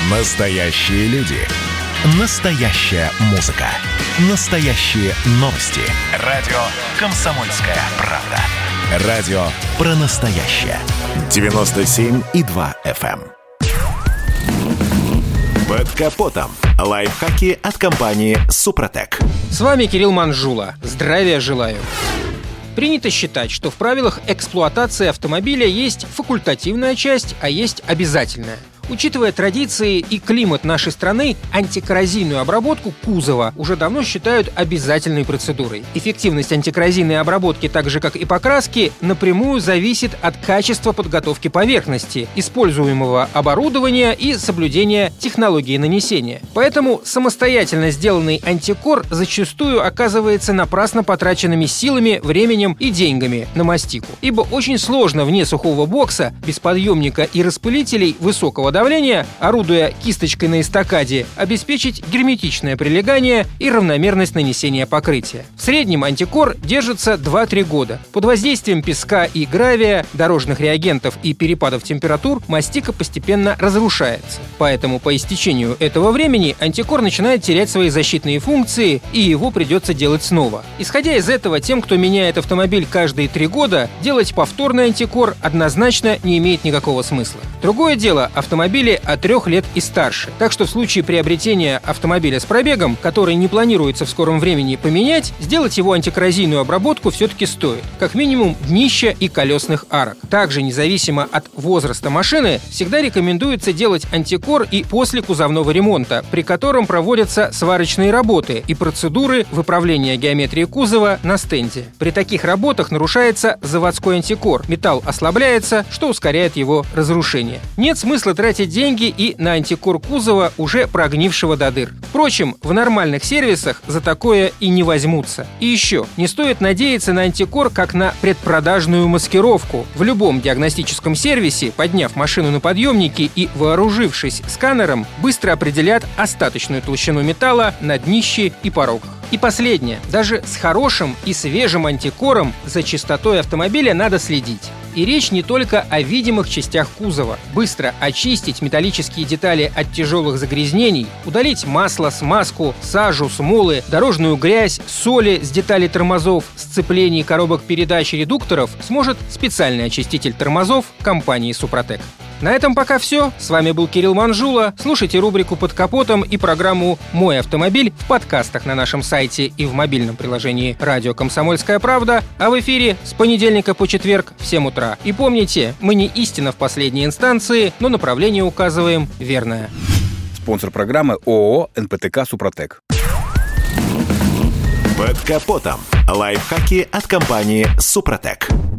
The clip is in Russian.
Настоящие люди. Настоящая музыка. Настоящие новости. Радио «Комсомольская правда». Радио про настоящее. 97,2 FM. Под капотом. Лайфхаки от компании «Супротек». С вами Кирилл Манжула. Здравия желаю. Принято считать, что в правилах эксплуатации автомобиля есть факультативная часть, а есть обязательная. Учитывая традиции и климат нашей страны, антикоррозийную обработку кузова уже давно считают обязательной процедурой. Эффективность антикоррозийной обработки, так же как и покраски, напрямую зависит от качества подготовки поверхности, используемого оборудования и соблюдения технологии нанесения. Поэтому самостоятельно сделанный антикор зачастую оказывается напрасно потраченными силами, временем и деньгами на мастику. Ибо очень сложно вне сухого бокса, без подъемника и распылителей высокого давления, орудуя кисточкой на эстакаде, обеспечить герметичное прилегание и равномерность нанесения покрытия. В среднем антикор держится 2-3 года. Под воздействием песка и гравия, дорожных реагентов и перепадов температур мастика постепенно разрушается. Поэтому по истечению этого времени антикор начинает терять свои защитные функции, и его придется делать снова. Исходя из этого, тем, кто меняет автомобиль каждые 3 года, делать повторный антикор однозначно не имеет никакого смысла. Другое дело — автомобили от 3 лет и старше. Так что в случае приобретения автомобиля с пробегом, который не планируется в скором времени поменять, сделать его антикоррозийную обработку все-таки стоит. Как минимум днища и колесных арок. Также, независимо от возраста машины, всегда рекомендуется делать антикор и после кузовного ремонта, при котором проводятся сварочные работы и процедуры выправления геометрии кузова на стенде. При таких работах нарушается заводской антикор, металл ослабляется, что ускоряет его разрушение. Нет смысла тратить деньги и на антикор кузова, уже прогнившего до дыр. Впрочем, в нормальных сервисах за такое и не возьмутся. И еще, не стоит надеяться на антикор как на предпродажную маскировку. В любом диагностическом сервисе, подняв машину на подъемники и вооружившись сканером, быстро определят остаточную толщину металла на днище и порогах. И последнее. Даже с хорошим и свежим антикором за чистотой автомобиля надо следить. И речь не только о видимых частях кузова. Быстро очистить металлические детали от тяжелых загрязнений, удалить масло, смазку, сажу, смолы, дорожную грязь, соли с деталей тормозов, сцеплений коробок передач и редукторов сможет специальный очиститель тормозов компании «Супротек». На этом пока все. С вами был Кирилл Манжула. Слушайте рубрику «Под капотом» и программу «Мой автомобиль» в подкастах на нашем сайте и в мобильном приложении «Радио Комсомольская правда», а в эфире с понедельника по четверг в 7 утра. И помните, мы не истина в последней инстанции, но направление указываем верное. Спонсор программы ООО «НПТК Супротек». Под капотом. Лайфхаки от компании «Супротек».